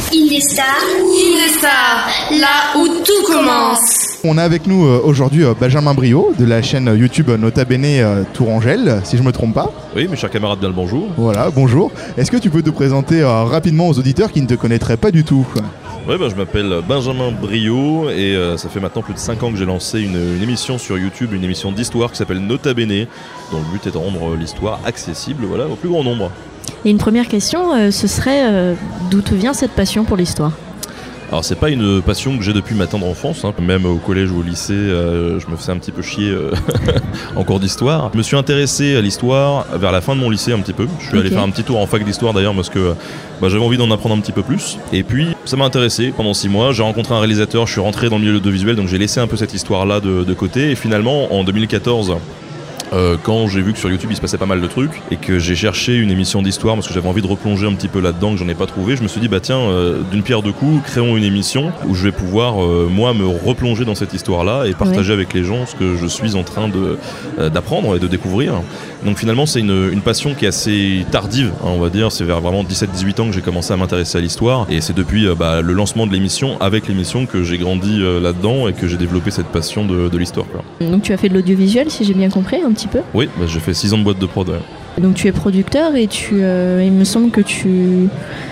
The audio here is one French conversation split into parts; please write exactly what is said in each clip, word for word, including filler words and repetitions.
Indestar, Indestar, là où tout commence. On a avec nous euh, aujourd'hui euh, Benjamin Briot de la chaîne YouTube Nota Bene euh, Tourangelle, si je me trompe pas. Oui, mes chers camarades, bien le bonjour. Voilà, bonjour. Est-ce que tu peux te présenter euh, rapidement aux auditeurs qui ne te connaîtraient pas du tout ? Oui, bah, je m'appelle Benjamin Briot et euh, ça fait maintenant plus de cinq ans que j'ai lancé une, une émission sur YouTube, une émission d'histoire qui s'appelle Nota Bene, dont le but est de rendre l'histoire accessible, voilà, au plus grand nombre. Et une première question, euh, ce serait euh, d'où te vient cette passion pour l'histoire ? Alors c'est pas une passion que j'ai depuis ma tendre enfance, hein. Même au collège ou au lycée, euh, je me faisais un petit peu chier euh, en cours d'histoire. Je me suis intéressé à l'histoire vers la fin de mon lycée un petit peu. Je suis okay. allé faire un petit tour en fac d'histoire d'ailleurs parce que bah, j'avais envie d'en apprendre un petit peu plus. Et puis ça m'a intéressé pendant six mois, j'ai rencontré un réalisateur, je suis rentré dans le milieu de l'audiovisuel, donc j'ai laissé un peu cette histoire-là de, de côté. Et finalement en deux mille quatorze... Euh, quand j'ai vu que sur YouTube il se passait pas mal de trucs et que j'ai cherché une émission d'histoire parce que j'avais envie de replonger un petit peu là-dedans, que j'en ai pas trouvé, je me suis dit bah tiens, euh, d'une pierre deux coups, créons une émission où je vais pouvoir euh, moi me replonger dans cette histoire-là et partager ouais. avec les gens ce que je suis en train de, euh, d'apprendre et de découvrir. Donc finalement c'est une, une passion qui est assez tardive, hein, on va dire, c'est vers vraiment dix-sept dix-huit ans que j'ai commencé à m'intéresser à l'histoire et c'est depuis euh, bah, le lancement de l'émission, avec l'émission, que j'ai grandi euh, là-dedans et que j'ai développé cette passion de, de l'histoire, quoi. Donc tu as fait de l'audiovisuel, si j'ai bien compris, un petit peu ? Oui, bah, j'ai fait six ans de boîte de prod. Ouais. Donc tu es producteur et tu, euh, il me semble que tu...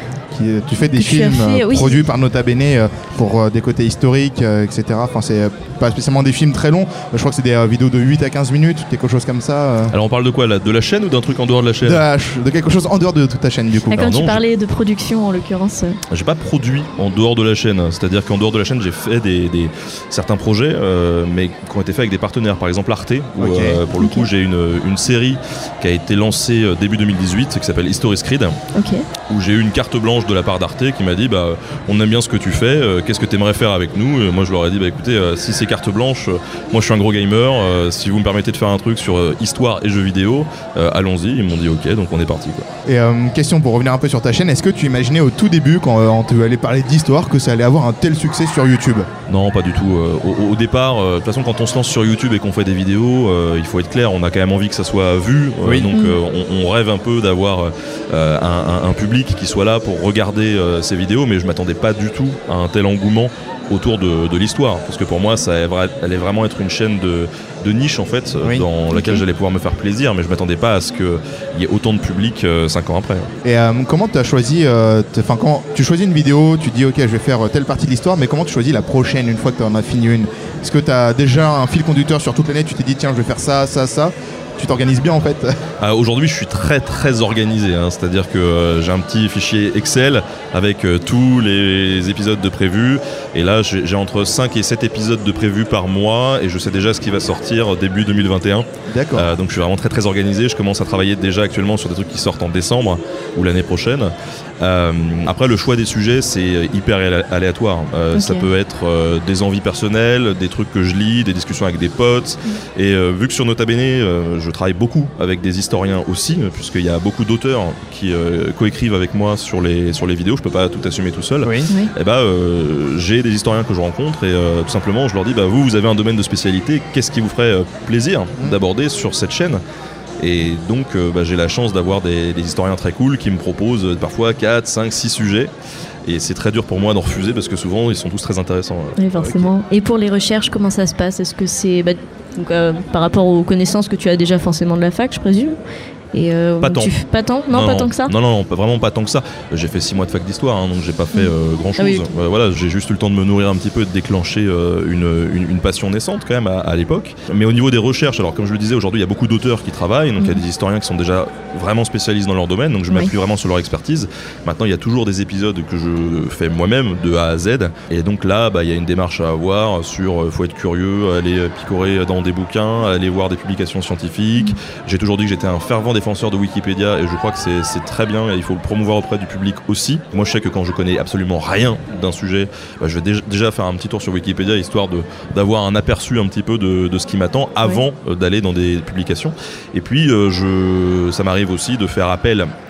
Tu fais des films fait, oui. produits par Nota Bene pour des côtés historiques, et cetera. Enfin, c'est pas spécialement des films très longs. Je crois que c'est des vidéos de huit à quinze minutes, quelque chose comme ça. Alors on parle de quoi là ? De la chaîne ou d'un truc en dehors de la chaîne ? de, la, de quelque chose en dehors de toute ta chaîne du coup. Ah, quand Pardon, tu parlais j'ai... de production en l'occurrence. J'ai pas produit en dehors de la chaîne. C'est-à-dire qu'en dehors de la chaîne, j'ai fait des, des, certains projets, euh, mais qui ont été faits avec des partenaires. Par exemple Arte, où okay. euh, pour le okay. coup j'ai une, une série qui a été lancée début deux mille dix-huit, qui s'appelle History Screed, okay. où j'ai eu une carte blanche de la part d'Arte qui m'a dit bah on aime bien ce que tu fais, euh, qu'est-ce que tu aimerais faire avec nous ? Et moi je leur ai dit bah écoutez, euh, si c'est carte blanche, euh, moi je suis un gros gamer, euh, si vous me permettez de faire un truc sur euh, histoire et jeux vidéo, euh, allons-y. Ils m'ont dit ok, donc on est parti, quoi. Et euh, question pour revenir un peu sur ta chaîne, est-ce que tu imaginais au tout début quand euh, on te allait parler d'histoire que ça allait avoir un tel succès sur YouTube ? Non, pas du tout. Euh, au, au départ, euh, de toute façon quand on se lance sur YouTube et qu'on fait des vidéos, euh, il faut être clair, on a quand même envie que ça soit vu, euh, oui. donc mmh. euh, on, on rêve un peu d'avoir euh, un, un, un public qui soit là pour regarder euh, ces vidéos, mais je m'attendais pas du tout à un tel engouement autour de, de l'histoire, parce que pour moi ça allait vraiment être une chaîne de, de niche en fait, oui. dans laquelle okay. j'allais pouvoir me faire plaisir, mais je m'attendais pas à ce qu'il y ait autant de public euh, cinq ans après. Et euh, comment tu as choisi, euh, enfin quand tu choisis une vidéo, tu dis ok je vais faire telle partie de l'histoire, mais comment tu choisis la prochaine une fois que tu en as fini une ? Est-ce que tu as déjà un fil conducteur sur toute l'année, tu t'es dit tiens je vais faire ça, ça, ça ? Tu t'organises bien en fait ? euh, Aujourd'hui je suis très très organisé, hein. C'est-à-dire que euh, j'ai un petit fichier Excel avec euh, tous les épisodes de prévus, et là j'ai, j'ai entre cinq et sept épisodes de prévus par mois et je sais déjà ce qui va sortir début deux mille vingt et un. D'accord. Euh, donc je suis vraiment très très organisé, je commence à travailler déjà actuellement sur des trucs qui sortent en décembre ou l'année prochaine. Euh, après le choix des sujets c'est hyper aléatoire, euh, okay. ça peut être euh, des envies personnelles, des trucs que je lis, des discussions avec des potes, mmh. et euh, vu que sur Nota Bene euh, je travaille beaucoup avec des historiens aussi, puisqu'il y a beaucoup d'auteurs qui euh, coécrivent avec moi sur les, sur les vidéos, je peux pas tout assumer tout seul. Oui. Oui. Et bah, euh, j'ai des historiens que je rencontre et euh, tout simplement je leur dis bah, vous, vous avez un domaine de spécialité, qu'est-ce qui vous ferait euh, plaisir mmh. d'aborder sur cette chaîne ? Et donc euh, bah, j'ai la chance d'avoir des, des historiens très cool qui me proposent euh, parfois quatre, cinq, six sujets. Et c'est très dur pour moi d'en refuser parce que souvent ils sont tous très intéressants. Oui, forcément. Et pour les recherches, comment ça se passe ? Est-ce que c'est bah, donc, euh, par rapport aux connaissances que tu as déjà forcément de la fac, je présume ? Et euh, pas tant. Tu... Pas tant non, non, pas non. tant que ça Non, non, non, vraiment pas tant que ça. J'ai fait six mois de fac d'histoire, hein, donc j'ai pas fait euh, grand chose. Ah oui. euh, voilà, j'ai juste eu le temps de me nourrir un petit peu et de déclencher euh, une, une, une passion naissante quand même à, à l'époque. Mais au niveau des recherches, alors comme je le disais, aujourd'hui il y a beaucoup d'auteurs qui travaillent, donc il mmh. y a des historiens qui sont déjà vraiment spécialistes dans leur domaine, donc je m'appuie oui. vraiment sur leur expertise. Maintenant il y a toujours des épisodes que je fais moi-même de A à Z, et donc là bah, il y a une démarche à avoir sur, euh, faut être curieux, aller picorer dans des bouquins, aller voir des publications scientifiques. Mmh. J'ai toujours dit que j'étais un fervent défenseur de Wikipédia et je crois que c'est, c'est très bien et il faut le promouvoir auprès du public aussi. Moi je sais que quand je connais absolument rien d'un sujet, bah, je vais déjà, déjà faire un petit tour sur Wikipédia histoire de, d'avoir un aperçu un petit peu de, de ce qui m'attend avant oui. euh, d'aller dans des publications. Et puis euh, je, ça m'arrive aussi de faire appel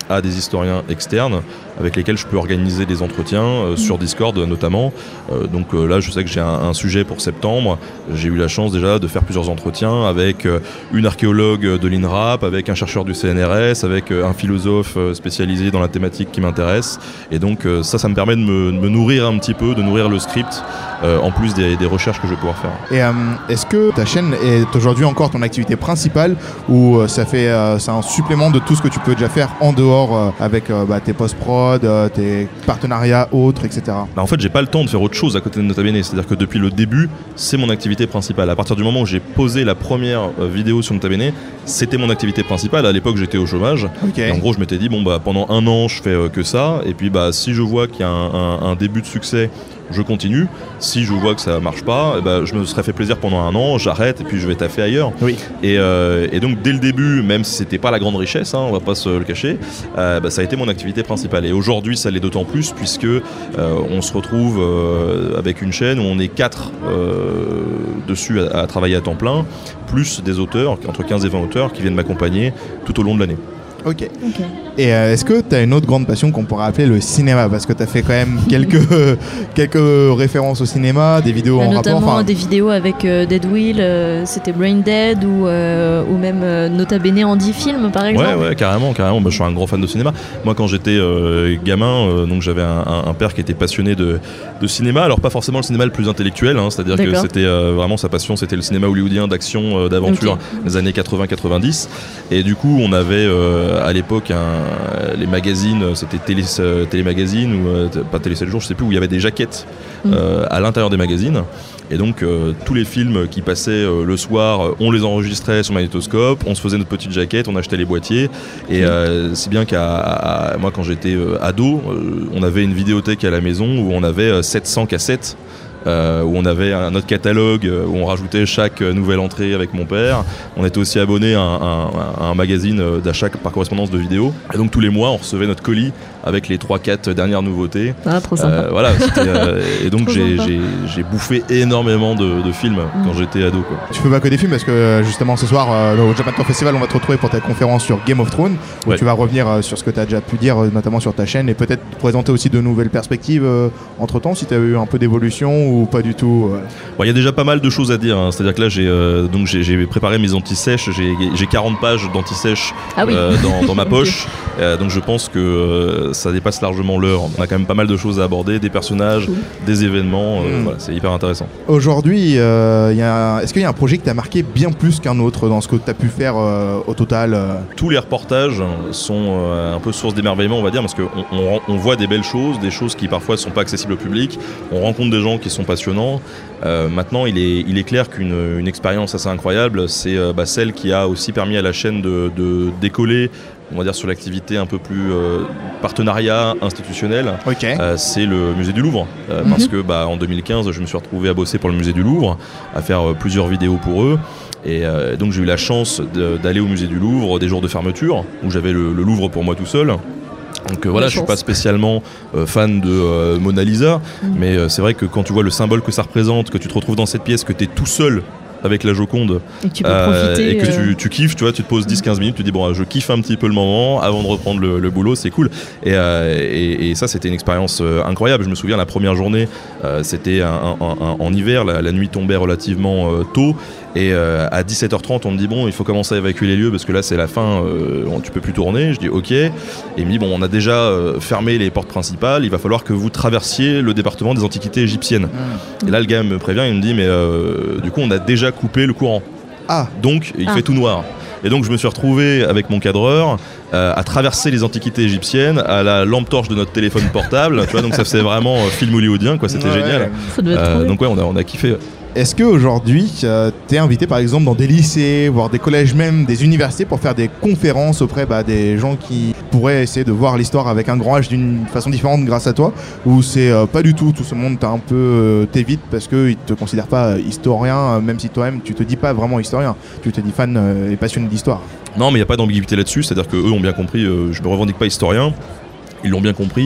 à des historiens externes avec lesquels je peux organiser des entretiens euh, mmh. sur Discord notamment. Euh, donc euh, là, je sais que j'ai un, un sujet pour septembre. J'ai eu la chance déjà de faire plusieurs entretiens avec euh, une archéologue de l'INRAP, avec un chercheur du C N R S, avec euh, un philosophe euh, spécialisé dans la thématique qui m'intéresse. Et donc euh, ça, ça me permet de me, de me nourrir un petit peu, de nourrir le script, euh, en plus des, des recherches que je vais pouvoir faire. Et euh, est-ce que ta chaîne est aujourd'hui encore ton activité principale ou euh, ça fait euh, c'est un supplément de tout ce que tu peux déjà faire en dehors euh, avec euh, bah, tes post-prod, euh, tes partenariats autres, et cetera. Bah en fait, j'ai pas le temps de faire autre chose à côté de Nota Bene. C'est-à-dire que depuis le début, c'est mon activité principale. À partir du moment où j'ai posé la première euh, vidéo sur Nota Bene, c'était mon activité principale. À l'époque, j'étais au chômage. Okay. Et en gros, je m'étais dit, bon, bah, pendant un an, je fais euh, que ça. Et puis, bah, si je vois qu'il y a un, un, un début de succès, je continue. Si je vois que ça marche pas, eh ben, je me serais fait plaisir pendant un an, j'arrête et puis je vais taffer ailleurs. Oui. Et, euh, et donc dès le début, même si c'était pas la grande richesse, hein, on va pas se le cacher, euh, bah, ça a été mon activité principale. Et aujourd'hui, ça l'est d'autant plus puisque euh, on se retrouve euh, avec une chaîne où on est quatre euh, dessus à, à travailler à temps plein, plus des auteurs, entre quinze et vingt auteurs qui viennent m'accompagner tout au long de l'année. Ok. okay. Et euh, est-ce que tu as une autre grande passion qu'on pourrait appeler le cinéma? Parce que tu as fait quand même quelques, quelques références au cinéma, des vidéos bah, en notamment rapport. Enfin... des vidéos avec euh, Dead Wheel, euh, c'était Brain Dead ou, euh, ou même euh, Nota Bene en dix films par exemple. Ouais, ouais, carrément, carrément. Bah, je suis un grand fan de cinéma. Moi, quand j'étais euh, gamin, euh, donc j'avais un, un, un père qui était passionné de, de cinéma. Alors pas forcément le cinéma le plus intellectuel, hein, c'est-à-dire D'accord. que c'était euh, vraiment sa passion, c'était le cinéma hollywoodien d'action, euh, d'aventure, okay. des années quatre-vingts quatre-vingt-dix. Et du coup, on avait euh, à l'époque un, les magazines, c'était Télé, Télémagazine ou euh, pas Télé sept jours, je sais plus, où il y avait des jaquettes mmh. euh, à l'intérieur des magazines. Et donc euh, tous les films qui passaient euh, le soir, euh, on les enregistrait sur magnétoscope, on se faisait notre petite jaquette, on achetait les boîtiers. Et euh, si bien qu'à à, moi quand j'étais euh, ado, euh, on avait une vidéothèque à la maison où on avait euh, sept cents cassettes. Euh, où on avait un autre catalogue euh, où on rajoutait chaque euh, nouvelle entrée avec mon père. On était aussi abonné à un, un, un magazine d'achat par correspondance de vidéos. Et donc tous les mois, on recevait notre colis avec les trois quatre dernières nouveautés. Ah, trop sympa. Euh, voilà, euh, et donc j'ai, j'ai, j'ai bouffé énormément de, de films mmh. quand j'étais ado. Quoi. Tu fais pas que des films parce que justement ce soir euh, au Japan Tour Festival, on va te retrouver pour ta conférence sur Game of Thrones où ouais. tu vas revenir euh, sur ce que tu as déjà pu dire, euh, notamment sur ta chaîne, et peut-être présenter aussi de nouvelles perspectives euh, entre temps, si tu as eu un peu d'évolution ou pas du tout. Il euh... bon, y a déjà pas mal de choses à dire, hein. C'est-à-dire que là j'ai, euh, donc j'ai, j'ai préparé mes anti-sèches, j'ai, j'ai quarante pages d'anti-sèches ah oui. euh, dans, dans ma poche, euh, donc je pense que euh, ça dépasse largement l'heure. On a quand même pas mal de choses à aborder, des personnages, oui. des événements, euh, mmh. voilà, c'est hyper intéressant. Aujourd'hui, euh, y a, est-ce qu'il y a un projet qui t'a marqué bien plus qu'un autre dans ce que tu as pu faire euh, au total euh... Tous les reportages sont euh, un peu source d'émerveillement, on va dire, parce qu'on on, on voit des belles choses, des choses qui parfois ne sont pas accessibles au public, on rencontre des gens qui sont passionnants. Euh, maintenant, il est, il est clair qu'une une expérience assez incroyable, c'est euh, bah, celle qui a aussi permis à la chaîne de, de décoller, on va dire, sur l'activité un peu plus euh, partenariat institutionnel. Okay. Euh, c'est le musée du Louvre. Euh, mm-hmm. Parce que bah, en deux mille quinze, je me suis retrouvé à bosser pour le musée du Louvre, à faire euh, plusieurs vidéos pour eux. Et euh, donc j'ai eu la chance de, d'aller au musée du Louvre des jours de fermeture, où j'avais le, le Louvre pour moi tout seul. Donc euh, voilà, je suis pas spécialement euh, fan de euh, Mona Lisa, mmh. mais euh, c'est vrai que quand tu vois le symbole que ça représente, que tu te retrouves dans cette pièce, que tu es tout seul avec la Joconde et que, tu peux euh, profiter, et que euh... tu, tu kiffes, tu vois, tu te poses dix quinze minutes, tu te dis bon, je kiffe un petit peu le moment avant de reprendre le, le boulot, c'est cool. Et, euh, et, et ça, c'était une expérience euh, incroyable. Je me souviens, la première journée, euh, c'était un, un, un, en hiver, la, la nuit tombait relativement euh, tôt. Et euh, à dix-sept heures trente, on me dit bon, il faut commencer à évacuer les lieux parce que là c'est la fin, euh, tu peux plus tourner. Je dis ok. Et il me dit bon, on a déjà euh, fermé les portes principales, il va falloir que vous traversiez le département des antiquités égyptiennes. Mmh. Et là le gars me prévient, il me dit mais euh, du coup on a déjà coupé le courant. Ah. Donc il ah. fait tout noir. Et donc je me suis retrouvé avec mon cadreur euh, à traverser les antiquités égyptiennes à la lampe torche de notre téléphone portable. Tu vois, donc ça faisait vraiment euh, film hollywoodien, quoi. C'était ouais, génial. Euh, donc ouais, on a on a kiffé. Est-ce qu'aujourd'hui, euh, tu es invité par exemple dans des lycées, voire des collèges même, des universités pour faire des conférences auprès bah, des gens qui pourraient essayer de voir l'histoire avec un grand H d'une façon différente grâce à toi, ou c'est euh, pas du tout, tout ce monde t'as un peu euh, t'évite parce qu'ils ne te considèrent pas historien, euh, même si toi-même tu te dis pas vraiment historien, tu te dis fan euh, et passionné d'histoire? Non, mais il n'y a pas d'ambiguïté là-dessus, c'est-à-dire qu'eux ont bien compris, euh, je me revendique pas historien. Ils l'ont bien compris.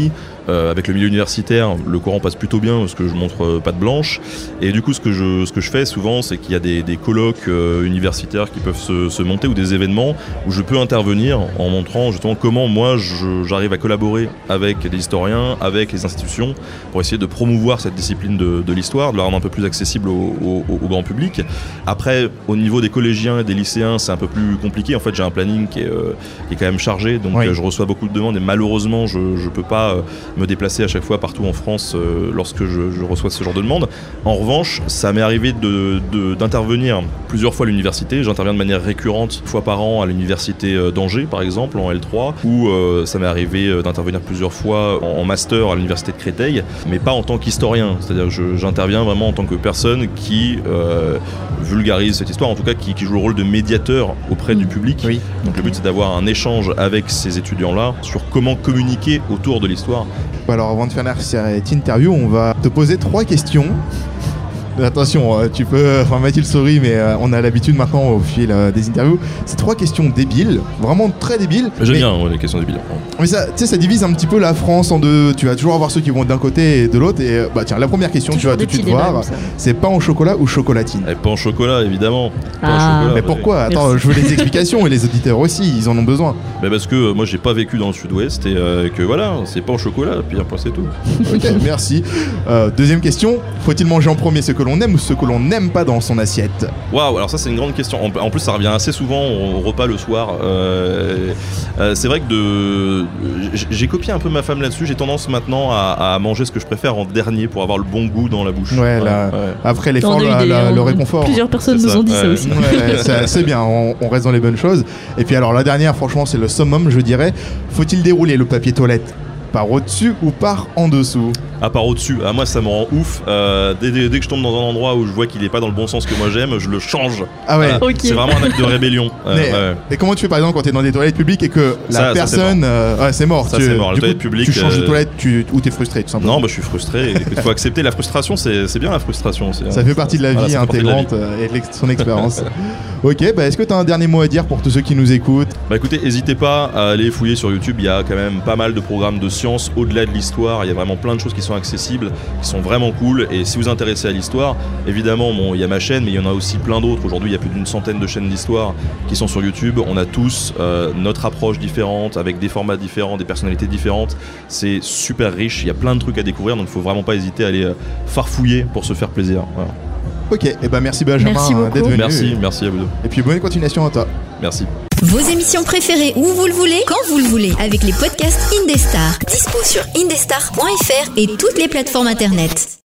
euh, avec le milieu universitaire, le courant passe plutôt bien parce que je montre euh, patte blanche. Et du coup, ce que je, ce que je fais souvent, c'est qu'il y a des, des colloques euh, universitaires qui peuvent se, se monter ou des événements où je peux intervenir en montrant justement comment moi je, j'arrive à collaborer avec des historiens, avec les institutions pour essayer de promouvoir cette discipline de, de l'histoire, de la rendre un peu plus accessible au, au, au grand public. Après, au niveau des collégiens et des lycéens, c'est un peu plus compliqué. En fait, j'ai un planning qui est, euh, qui est quand même chargé, donc oui. euh, je reçois beaucoup de demandes et malheureusement, je ne peux pas euh, me déplacer à chaque fois partout en France euh, lorsque je, je reçois ce genre de demandes. En revanche, ça m'est arrivé de, de, d'intervenir plusieurs fois à l'université. J'interviens de manière récurrente, une fois par an à l'université d'Angers, par exemple, en L trois, où euh, ça m'est arrivé d'intervenir plusieurs fois en, en master à l'université de Créteil, mais pas en tant qu'historien. C'est-à-dire que je, j'interviens vraiment en tant que personne qui euh, vulgarise cette histoire, en tout cas qui, qui joue le rôle de médiateur auprès mmh. du public. Oui. Donc le but, c'est d'avoir un échange avec ces étudiants-là sur comment communiquer autour de l'histoire. Alors avant de faire cette interview, on va te poser trois questions. Attention, tu peux. Enfin, Mathilde sourit, mais on a l'habitude maintenant au fil des interviews. C'est trois questions débiles, vraiment très débiles. J'aime mais... bien ouais, les questions débiles. Mais ça, tu sais, ça divise un petit peu la France en deux. Tu vas toujours avoir ceux qui vont d'un côté et de l'autre. Et bah tiens, la première question, toujours tu vas tout de suite voir. C'est pain au chocolat ou chocolatine? Et pain au chocolat, évidemment. Ah. Pain au chocolat, mais pourquoi? Ouais. Attends, je veux les explications et les auditeurs aussi, ils en ont besoin. Mais parce que moi, j'ai pas vécu dans le Sud-Ouest et euh, que voilà, c'est pain au chocolat. Puis après, c'est tout. Ok, merci. Euh, deuxième question, faut-il manger en premier ce que l'on aime ou ce que l'on n'aime pas dans son assiette? Waouh, alors ça c'est une grande question. En plus ça revient assez souvent au repas le soir. Euh, euh, c'est vrai que de, j'ai copié un peu ma femme là-dessus. J'ai tendance maintenant à, à manger ce que je préfère en dernier pour avoir le bon goût dans la bouche. Ouais, là, ouais. Après l'effort, la, la, le réconfort. Plusieurs personnes nous ça. ont dit ouais. ça aussi. Ouais, c'est, c'est bien, on, on reste dans les bonnes choses. Et puis alors la dernière, franchement, c'est le summum, je dirais. Faut-il dérouler le papier toilette par au-dessus ou par en dessous? À part au-dessus, à moi ça me rend ouf. Euh, dès, dès, dès que je tombe dans un endroit où je vois qu'il est pas dans le bon sens que moi j'aime, je le change. Ah ouais. Voilà. Okay. C'est vraiment un acte de rébellion. Euh, Mais, ouais. Et comment tu fais par exemple quand t'es dans des toilettes publiques et que la ça, personne, ça, c'est euh, ouais, c'est mort. Ça tu, c'est mort. Du La coup, toilette publique. Tu changes euh... de toilette, tu, ou t'es frustré tout simplement. Non, bah je suis frustré. Il faut accepter la frustration. C'est, c'est bien la frustration. C'est, ça fait partie de la vie voilà, intégrante et de son expérience. Ok, bah est-ce que t'as un dernier mot à dire pour tous ceux qui nous écoutent? Bah écoutez, n'hésitez pas à aller fouiller sur YouTube. Il y a quand même pas mal de programmes de sciences au-delà de l'histoire. Il y a vraiment plein de choses qui sont accessibles, qui sont vraiment cool. Et si vous vous intéressez à l'histoire, évidemment, bon, il y a ma chaîne, mais il y en a aussi plein d'autres. Aujourd'hui, il y a plus d'une centaine de chaînes d'histoire qui sont sur YouTube. On a tous euh, notre approche différente, avec des formats différents, des personnalités différentes. C'est super riche. Il y a plein de trucs à découvrir, donc il faut vraiment pas hésiter à aller euh, farfouiller pour se faire plaisir. Voilà. Ok, et eh ben merci Benjamin merci d'être venu. Merci, merci à vous deux. Et puis bonne continuation à toi. Merci. Vos émissions préférées où vous le voulez, quand vous le voulez, avec les podcasts Indestar. Dispo sur indestar point f r et toutes les plateformes internet.